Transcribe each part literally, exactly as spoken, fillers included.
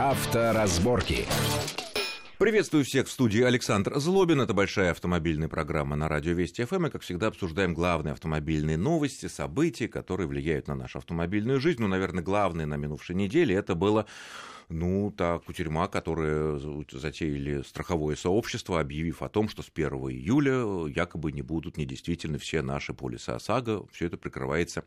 Авторазборки. Приветствую всех в студии Александр Злобин. Это большая автомобильная программа на радио Вести ФМ. И, как всегда, обсуждаем главные автомобильные новости, события, которые влияют на нашу автомобильную жизнь. Ну, наверное, главное на минувшей неделе это было... Ну, та кутерьма, которая затеяли страховое сообщество, объявив о том, что с первого июля якобы не будут недействительны все наши полисы ОСАГО. Все это прикрывается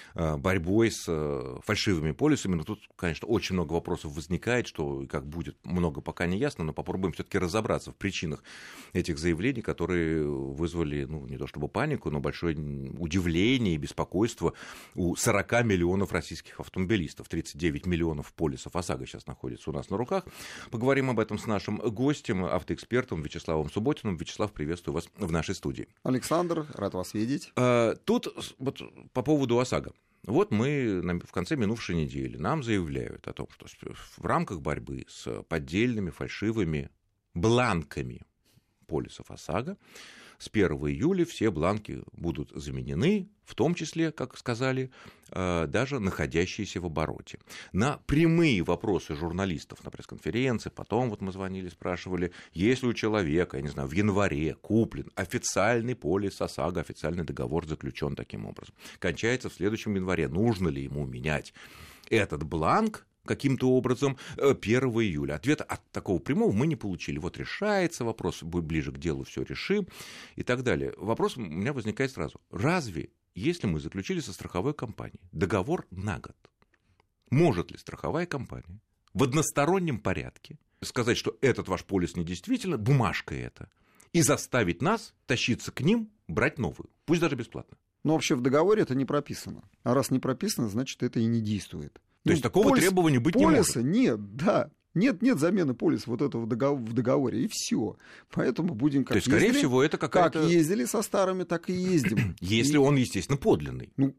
борьбой с фальшивыми полисами. Но тут, конечно, очень много вопросов возникает, что как будет, много пока не ясно, но попробуем все-таки разобраться в причинах этих заявлений, которые вызвали, ну, не то чтобы панику, но большое удивление и беспокойство у сорока миллионов российских автомобилистов. тридцать девять миллионов полисов ОСАГО сейчас находится у нас на руках. Поговорим об этом с нашим гостем, автоэкспертом Вячеславом Субботиным. Вячеслав, приветствую вас в нашей студии. Александр, рад вас видеть. А, тут вот по поводу ОСАГО. Вот мы в конце минувшей недели нам заявляют о том, что в рамках борьбы с поддельными, фальшивыми бланками полисов ОСАГО с первого июля все бланки будут заменены, в том числе, как сказали, даже находящиеся в обороте. На прямые вопросы журналистов на пресс-конференции, потом вот мы звонили, спрашивали, если у человека, я не знаю, в январе куплен официальный полис ОСАГО, официальный договор заключен таким образом, кончается в следующем январе, нужно ли ему менять этот бланк каким-то образом первого июля. Ответа от такого прямого мы не получили. Вот решается вопрос, ближе к делу все решим и так далее. Вопрос у меня возникает сразу. Разве, если мы заключили со страховой компанией договор на год, может ли страховая компания в одностороннем порядке сказать, что этот ваш полис недействителен, бумажка это, и заставить нас тащиться к ним, брать новую, пусть даже бесплатно? Но вообще в договоре это не прописано. А раз не прописано, значит, это и не действует. То есть ну, такого полис, требования быть полиса не может? Нет, да. Нет, нет замены полиса вот этого в договоре, и все. Поэтому будем как То есть, ездили, скорее всего, это какая-то... Как ездили со старыми, так и ездим. Если и... он, естественно, подлинный. Ну,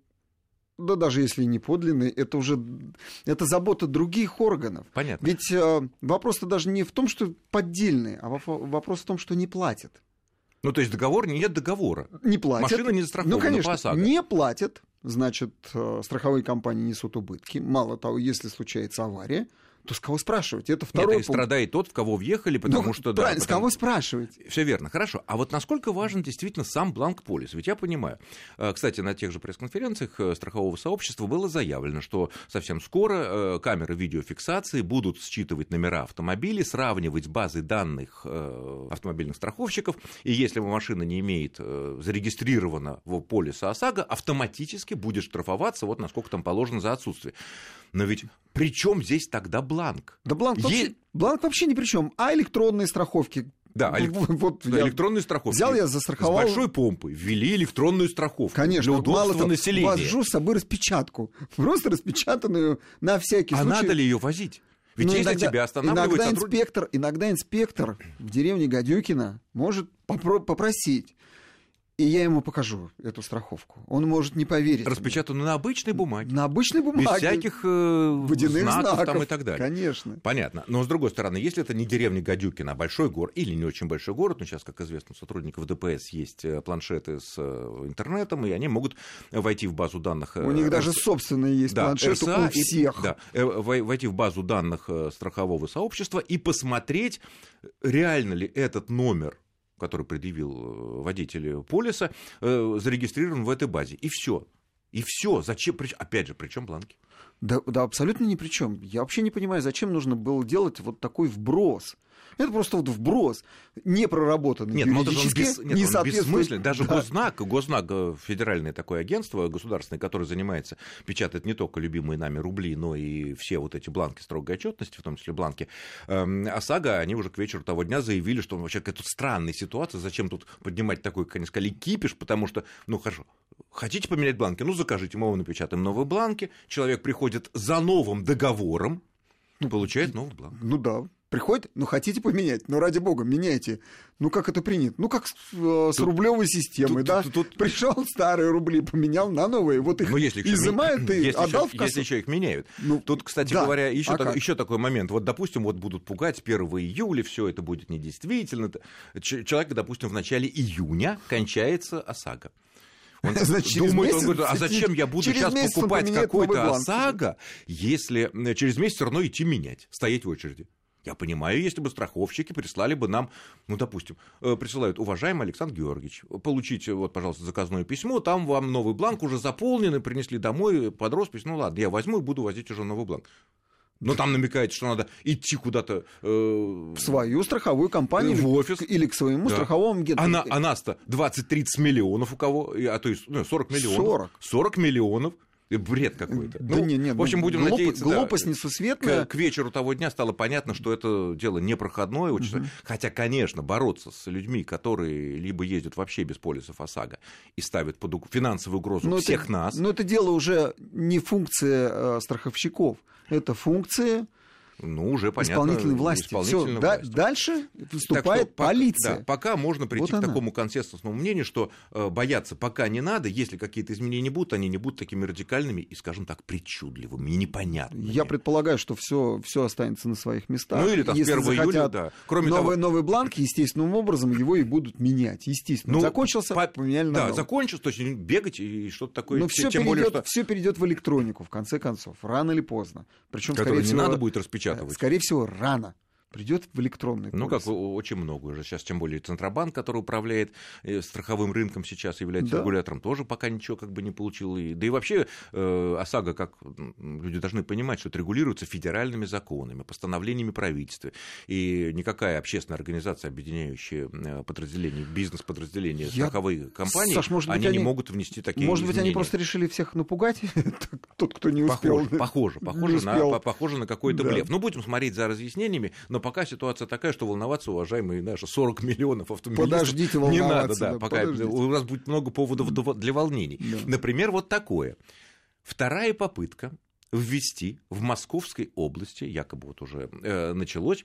да даже если не подлинный, это уже это забота других органов. Понятно. Ведь э, вопрос-то даже не в том, что поддельный, а вопрос в том, что не платят. Ну, то есть договор, нет договора. Не платят. Машина не застрахована, ну, конечно, по ОСАГО. Не платят. Значит, страховые компании несут убытки. Мало того, если случается авария, то с кого спрашивать? Это второй Нет, и страдает тот, в кого въехали, потому ну, что... Правильно, да, с кого спрашивать? Все верно, хорошо. А вот насколько важен действительно сам бланк полиса? Ведь я понимаю. Кстати, на тех же пресс-конференциях страхового сообщества было заявлено, что совсем скоро камеры видеофиксации будут считывать номера автомобилей, сравнивать с базой данных автомобильных страховщиков, и если машина не имеет зарегистрированного полиса ОСАГО, автоматически будет штрафоваться, вот насколько там положено за отсутствие. Но ведь при чем здесь тогда бланк? Да бланк, е... вообще, бланк вообще ни при чем, а электронные страховки. Да, элек... вот да, электронные страховки. Взял я, застраховал. С большой помпой ввели электронную страховку. Конечно, для удобства мало населения. Вожу с собой распечатку, просто распечатанную на всякий а случай. А надо ли ее возить? Ведь ну, если иногда, тебя останавливает иногда сотрудник... инспектор, иногда инспектор в деревне Гадюкино может попро- попросить. И я ему покажу эту страховку. Он может не поверить. Распечатанную на обычной бумаге. На обычной бумаге. Без всяких э, водяных знаков, знаков там и так далее. Конечно. Понятно. Но, с другой стороны, если это не деревня Гадюкино, а большой город, или не очень большой город, но сейчас, как известно, у сотрудников ДПС есть планшеты с интернетом, и они могут войти в базу данных... У них даже собственные есть да, планшеты РСА, у всех. И, да, войти в базу данных страхового сообщества и посмотреть, реально ли этот номер, который предъявил водитель полиса, зарегистрирован в этой базе. И все. И все. Зачем? Опять же, при чем бланки? Да, да, абсолютно ни при чем. Я вообще не понимаю, зачем нужно было делать вот такой вброс. Это просто вот вброс, не проработанный нет, юридически, без, нет, не он соответствует... Даже да. Гознак, Гознак, федеральное такое агентство государственное, которое занимается, печатает не только любимые нами рубли, но и все вот эти бланки строгой отчетности, в том числе бланки э, ОСАГО, они уже к вечеру того дня заявили, что вообще какая-то странная ситуация, зачем тут поднимать такой, как они сказали, кипиш, потому что, ну хорошо, хотите поменять бланки, ну закажите, мы вам напечатаем новые бланки, человек приходит за новым договором, ну, получает новый бланк. Ну да. Приходит, ну хотите поменять, ну ради бога, меняйте. Ну как это принято? Ну как с, э, с тут, рублевой системой, тут, да? Тут, тут... Пришел старые рубли, поменял на новые, вот их изымают и если отдал еще, в кассу. Если еще их меняют. Ну, тут, кстати да. говоря, еще, а так, еще такой момент. Вот, допустим, вот будут пугать первого июля, все это будет недействительно. Человек, допустим, в начале июня кончается ОСАГО. Он Значит, думает, он говорит, а зачем я буду сейчас покупать какой-то ОСАГО, если через месяц все равно идти менять, стоять в очереди. Я понимаю, если бы страховщики прислали бы нам, ну, допустим, присылают: уважаемый Александр Георгиевич, получите, вот, пожалуйста, заказное письмо, там вам новый бланк уже заполнен, принесли домой под роспись, ну, ладно, я возьму и буду возить уже новый бланк. Но там намекает, что надо идти куда-то... Э, в свою страховую компанию. В офис. Или к своему да. страховому агенту. А, на, а нас-то двадцать-тридцать миллионов у кого, а то есть ну, сорок миллионов. сорок. сорок миллионов. Бред какой-то. Да ну, нет, нет, в общем, будем глуп, надеяться... Глупость да, несусветная. К, к вечеру того дня стало понятно, что это дело непроходное. Очень... Угу. Хотя, конечно, бороться с людьми, которые либо ездят вообще без полисов ОСАГО и ставят под финансовую угрозу но всех это, нас... Но это дело уже не функция э, страховщиков. Это функция... Ну, уже понятно. Исполнительной власти. Исполнительной Всё, власти. Да, дальше выступает что, полиция. Да, пока можно прийти вот к она. такому консенсусному мнению, что э, бояться пока не надо. Если какие-то изменения будут, они не будут такими радикальными и, скажем так, причудливыми и непонятными. Я предполагаю, что все останется на своих местах. Ну, или там, с первого июля, да. Кроме новый, того... новый бланк, естественным образом его и будут менять. Естественно. Ну, закончился, по... поменяли на Да, новый. закончился, то есть бегать и что-то такое. Но все перейдет, что... все перейдет в электронику, в конце концов, рано или поздно. Причем, скорее не всего, надо будет распечатывать. Скорее всего, рано придет в электронный полис. Ну, как очень много уже сейчас, тем более Центробанк, который управляет страховым рынком сейчас, является да. регулятором, тоже пока ничего как бы не получил. И, да и вообще э, ОСАГО, как люди должны понимать, что это регулируется федеральными законами, постановлениями правительства. И никакая общественная организация, объединяющая подразделения, бизнес-подразделения, Я... страховые компании, Саш, может быть, они, они не могут внести такие Может быть, изменения. Они просто решили всех напугать, тот, кто не успел. Похоже, похоже, на, похоже на какой-то блеф. Ну, будем смотреть за разъяснениями, но пока ситуация такая, что волноваться, уважаемые наши сорок миллионов автомобилистов, подождите волноваться, не надо, да, да, пока подождите. У нас будет много поводов для волнений. Да. Например, вот такое. Вторая попытка ввести в Московской области, якобы вот уже э, началось,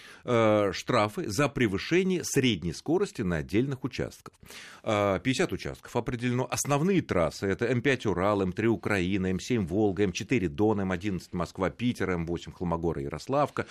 э, штрафы за превышение средней скорости на отдельных участках. Э, пятьдесят участков определено. Основные трассы — это эм пять Урал, эм три Украина, эм семь Волга, эм четыре Дон, эм одиннадцать Москва-Питер, эм восемь Холмогоры Ярославка,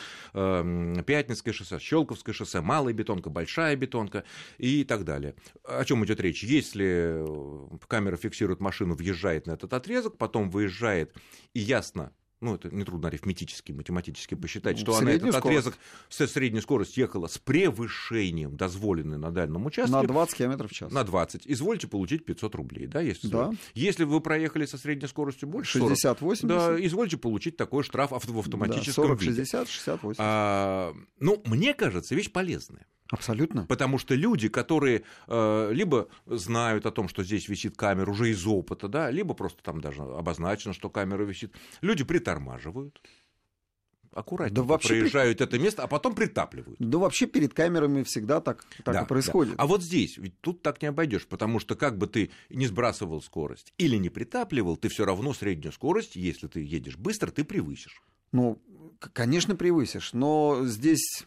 э, Пятницкое шоссе, Щелковское шоссе, Малая Бетонка, Большая Бетонка и так далее. О чем идет речь? Если камера фиксирует машину, въезжает на этот отрезок, потом выезжает, и ясно, ну, это нетрудно арифметически, математически посчитать, что она этот скорость. отрезок со средней скоростью ехала с превышением, дозволенной на дальнем участке. На двадцать километров в час. На двадцать. Извольте получить пятьсот рублей, да, если, да. если вы проехали со средней скоростью больше шестьдесят восемьдесят. Да, извольте получить такой штраф в автоматическом да, сорок, виде. шестьдесят, шестьдесят восемьдесят. А, ну, мне кажется, вещь полезная. Абсолютно. Потому что люди, которые э, либо знают о том, что здесь висит камера уже из опыта, да, либо просто там даже обозначено, что камера висит, люди притормаживают, аккуратненько да проезжают при... это место, а потом притапливают. Да вообще перед камерами всегда так, так да, и происходит. Да. А вот здесь, ведь тут так не обойдешь, потому что как бы ты не сбрасывал скорость или не притапливал, ты все равно среднюю скорость, если ты едешь быстро, ты превысишь. Ну, конечно, превысишь, но здесь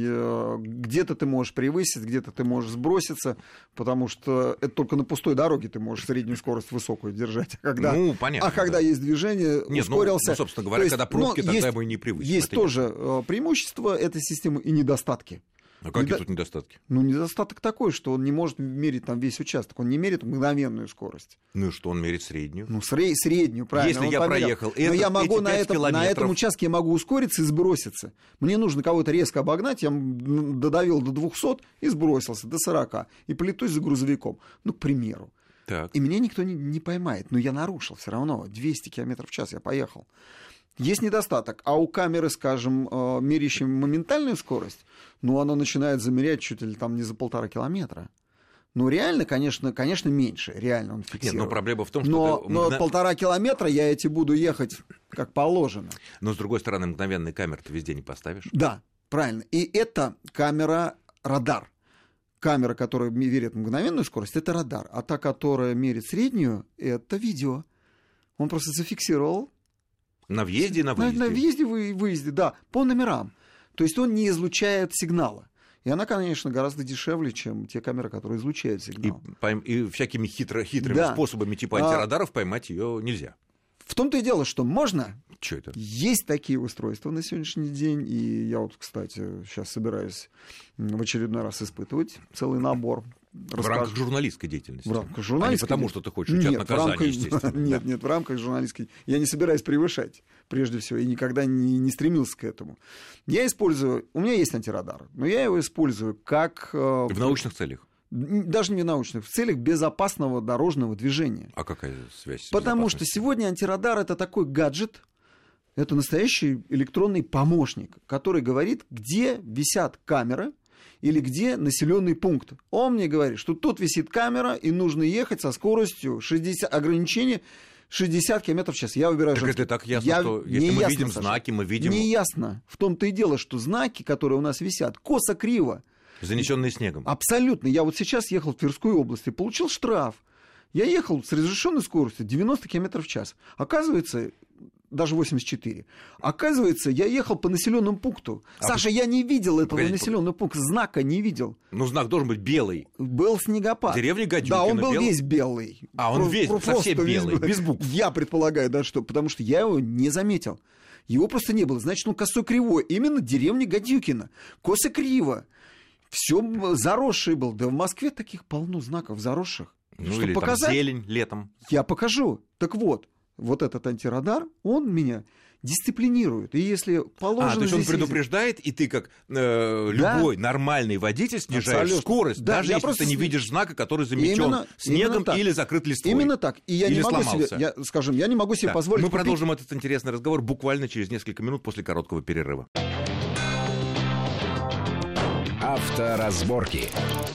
где-то ты можешь превысить, где-то ты можешь сброситься, потому что это только на пустой дороге ты можешь среднюю скорость высокую держать. А когда, ну, понятно, а когда да. есть движение, Нет, ускорился... Ну, ну, собственно говоря, есть, когда пробки, тогда есть, мы не превысим. Есть тоже нет. преимущества этой системы и недостатки. А какие Недо... тут недостатки? Ну, недостаток такой, что он не может мерить там весь участок, он не мерит мгновенную скорость. Ну и что, он мерит среднюю? Ну, сре- среднюю, правильно. Если он я померил. проехал этот, но я могу на этом, километров... на этом участке я могу ускориться и сброситься. Мне нужно кого-то резко обогнать, я додавил до двухсот и сбросился до сорока, и полетусь за грузовиком, ну, к примеру. Так. И меня никто не, не поймает, но я нарушил все равно, двести километров в час я поехал. Есть недостаток, а у камеры, скажем, меряющей моментальную скорость, ну, она начинает замерять чуть ли там не за полтора километра. Ну, реально, конечно, конечно, меньше, реально он фиксирует. Нет, но проблема в том, что... Но, ты... но полтора километра я эти буду ехать как положено. Но, с другой стороны, мгновенные камеры ты везде не поставишь. Да, правильно. И это камера-радар. Камера, которая меряет мгновенную скорость, это радар. А та, которая меряет среднюю, это видео. Он просто зафиксировал. На въезде и на выезде? На, на въезде и выезде, да, по номерам. То есть он не излучает сигнала. И она, конечно, гораздо дешевле, чем те камеры, которые излучают сигнал. И, пойм... и всякими хитро... хитрыми да. способами типа антирадаров а... поймать ее нельзя. В том-то и дело, что можно. Что это? Есть такие устройства на сегодняшний день. И я вот, кстати, сейчас собираюсь в очередной раз испытывать целый набор. В рамках журналистской деятельности. В рамках журналистской. А не потому, что ты хочешь уйти от наказания, рамках... естественно. Нет, да. нет, в рамках журналистской. Я не собираюсь превышать, прежде всего, и никогда не, не стремился к этому. Я использую... У меня есть антирадар, но я его использую как... В научных целях? Даже не в научных, в целях безопасного дорожного движения. А какая связь с Потому что сегодня антирадар — это такой гаджет, это настоящий электронный помощник, который говорит, где висят камеры или где населенный пункт. Он мне говорит, что тут висит камера, и нужно ехать со скоростью шестьдесят, ограничение шестьдесят километров в час. Я выбираю так женский. это так ясно, Я... что если не мы ясно, видим Саша. знаки, мы видим... Не ясно. В том-то и дело, что знаки, которые у нас висят, косо-криво. Занесенные снегом. Абсолютно. Я вот сейчас ехал в Тверскую область и получил штраф. Я ехал с разрешенной скоростью девяносто километров в час. Оказывается, даже восемьдесят четыре. Оказывается, я ехал по населенному пункту. А Саша, вы... я не видел этого Погодите, населенного пункта, знака не видел. Ну, знак должен быть белый. Был снегопад. Деревня Гадюкина. Да, он был белый. весь белый. А, он весь, Просто совсем белый, весь... без букв. Я предполагаю, да, что, потому что я его не заметил. Его просто не было. Значит, он косо-кривой. Именно деревня Гадюкина. Косо-криво. Все заросший был. Да в Москве таких полно знаков заросших. Ну Чтобы или показать, там зелень летом. Я покажу. Так вот, вот этот антирадар, он меня дисциплинирует. И если положено... А, то есть он здесь предупреждает, и ты как э, да. любой нормальный водитель снижаешь Абсолютно. скорость, Да, даже если просто... ты не видишь знака, который замечен именно, снегом именно или закрыт листвой. Именно так. И я или не могу сломался. себе, я, скажем, я не могу себе да. позволить Мы купить... продолжим этот интересный разговор буквально через несколько минут после короткого перерыва. Авторазборки.